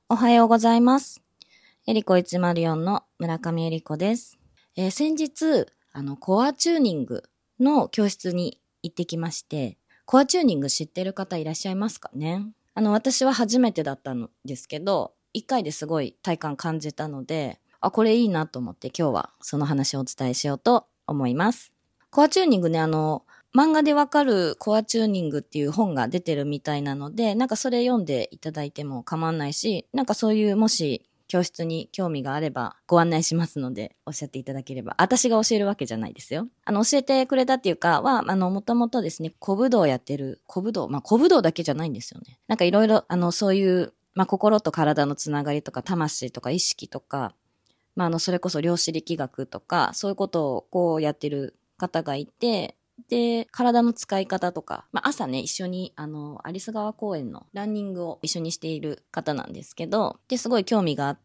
おはようございます。エリコ104の村上エリコです。先日、コアチューニングの教室に行ってきまして、コアチューニング知ってる方いらっしゃいますかね？私は初めてだったんですけど、1回ですごい体感感じたので、これいいなと思って今日はその話をお伝えしようと思います。コアチューニングね、漫画でわかるコアチューニングっていう本が出てるみたいなので、なんかそれ読んでいただいても構わないし、なんかそういうもし教室に興味があればご案内しますのでおっしゃっていただければ。私が教えるわけじゃないですよ。教えてくれたっていうかは、もともとですね、古武道やってる、古武道だけじゃないんですよね。なんかいろいろ、そういう、心と体のつながりとか、魂とか意識とか、それこそ量子力学とか、そういうことをこうやってる方がいて、で、体の使い方とか、朝ね、一緒に、有栖川公園のランニングを一緒にしている方なんですけど、で、すごい興味があって、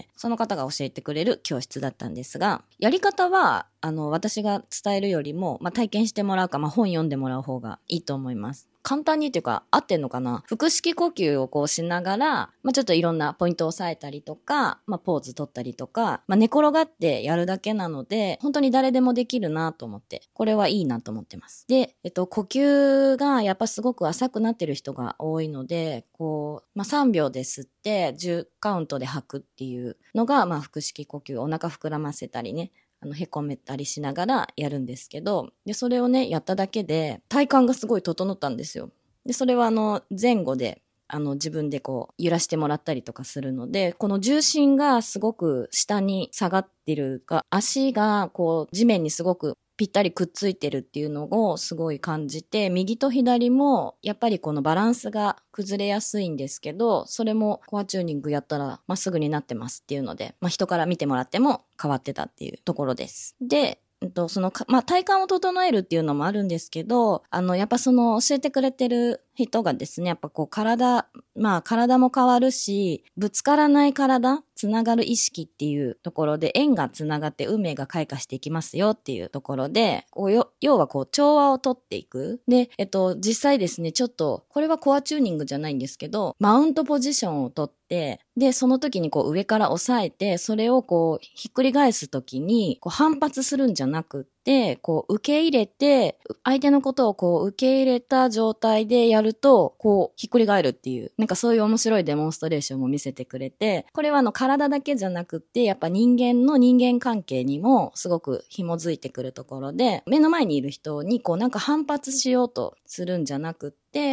その方が教えてくれる教室だったんですが、やり方は、私が伝えるよりも、体験してもらうか、本読んでもらう方がいいと思います。簡単にっていうか、合ってんのかな？腹式呼吸をこうしながら、ちょっといろんなポイントを押さえたりとか、ポーズ取ったりとか、寝転がってやるだけなので、本当に誰でもできるなと思って、これはいいなと思ってます。で、呼吸がやっぱすごく浅くなってる人が多いので、こう、3秒で吸って10カウントで吐くっていうのが、腹式呼吸、お腹膨らませたりね、へこめたりしながらやるんですけど、で、それをね、やっただけで体幹がすごい整ったんですよ。で、それは前後で、自分でこう、揺らしてもらったりとかするので、この重心がすごく下に下がってるか、足がこう、地面にすごくぴったりくっついてるっていうのをすごい感じて、右と左もやっぱりこのバランスが崩れやすいんですけど、それもコアチューニングやったらまっすぐになってますっていうので、人から見てもらっても変わってたっていうところです。で、体幹を整えるっていうのもあるんですけど、やっぱその教えてくれてる人がですね、やっぱこう体も変わるし、ぶつからない体、つながる意識っていうところで、縁がつながって運命が開花していきますよっていうところで、要はこう調和をとっていく。で、実際ですね、ちょっと、これはコアチューニングじゃないんですけど、マウントポジションをとって、で、その時にこう上から押さえて、それをこうひっくり返す時に、こう反発するんじゃなくって、こう受け入れて、相手のことをこう受け入れた状態でやると、こうひっくり返るっていう、なんかそういう面白いデモンストレーションも見せてくれて、これは体だけじゃなくって、やっぱ人間関係にもすごく紐づいてくるところで、目の前にいる人にこうなんか反発しようとするんじゃなくって、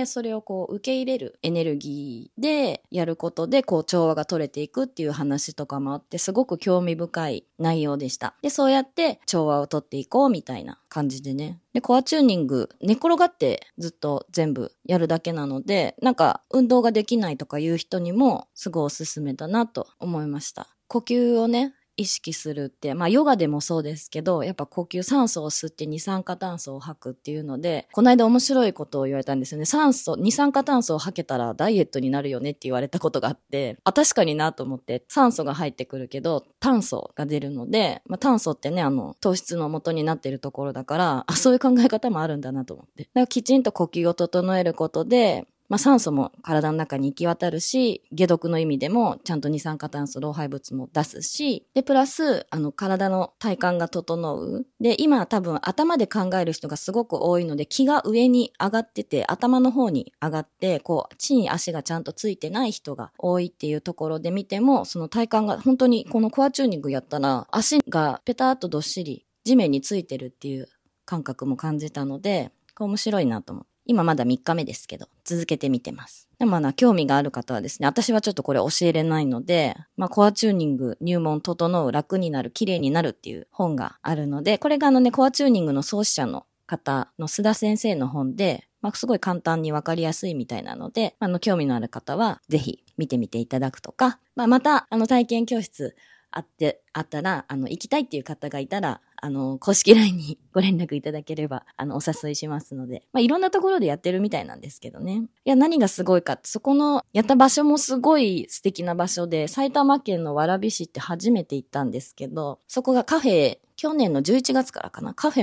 それをこう受け入れるエネルギーでやることでこう調和が取れていくっていう話とかもあって、すごく興味深い内容でした。で、そうやって調和を取っていこうみたいな感じでね。で、コアチューニング、寝転がってずっと全部やるだけなので、なんか運動ができないとかいう人にもすごいおすすめだなと思いました。呼吸をね、意識するって、ヨガでもそうですけど、やっぱ呼吸、酸素を吸って二酸化炭素を吐くっていうので、この間面白いことを言われたんですよね。二酸化炭素を吐けたらダイエットになるよねって言われたことがあって、確かになと思って、酸素が入ってくるけど、炭素が出るので、炭素ってね、糖質の元になってるところだから、そういう考え方もあるんだなと思って。だからきちんと呼吸を整えることで、酸素も体の中に行き渡るし、解毒の意味でもちゃんと二酸化炭素、老廃物も出すし、で、プラス、体の体幹が整う。で、今多分頭で考える人がすごく多いので、気が上に上がってて、頭の方に上がって、こう、地に足がちゃんとついてない人が多いっていうところで見ても、その体幹が本当にこのコアチューニングやったら、足がペターっとどっしり地面についてるっていう感覚も感じたので、面白いなと思って。今まだ3日目ですけど、続けてみてます。でも興味がある方はですね、私はちょっとこれ教えれないので、コアチューニング、入門、整う、楽になる、綺麗になるっていう本があるので、これがコアチューニングの創始者の方の須田先生の本で、すごい簡単にわかりやすいみたいなので、興味のある方はぜひ見てみていただくとか、また、体験教室あったら、行きたいっていう方がいたら、公式 LINE にご連絡いただければ、お誘いしますので、いろんなところでやってるみたいなんですけどね。いや、何がすごいかって、そこの、やった場所もすごい素敵な場所で、埼玉県の蕨市って初めて行ったんですけど、そこがカフェ、去年の11月からかな、カフェも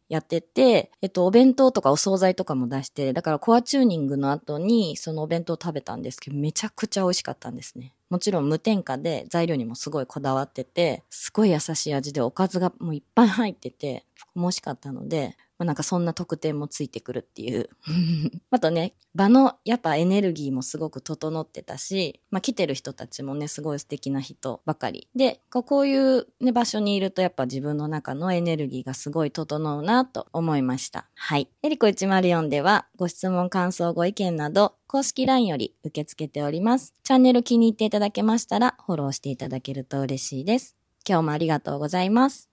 やってて、お弁当とかお惣菜とかも出して、だからコアチューニングの後にそのお弁当を食べたんですけど、めちゃくちゃ美味しかったんですね。もちろん無添加で材料にもすごいこだわってて、すごい優しい味でおかずがもういっぱい入ってて、も美味しかったので、なんかそんな特典もついてくるっていう。あとね、場のやっぱエネルギーもすごく整ってたし、来てる人たちもね、すごい素敵な人ばかり。で、こういうね、場所にいるとやっぱ自分の中のエネルギーがすごい整うなと思いました。はい。エリコ104ではご質問、感想、ご意見など公式 LINE より受け付けております。チャンネル気に入っていただけましたらフォローしていただけると嬉しいです。今日もありがとうございます。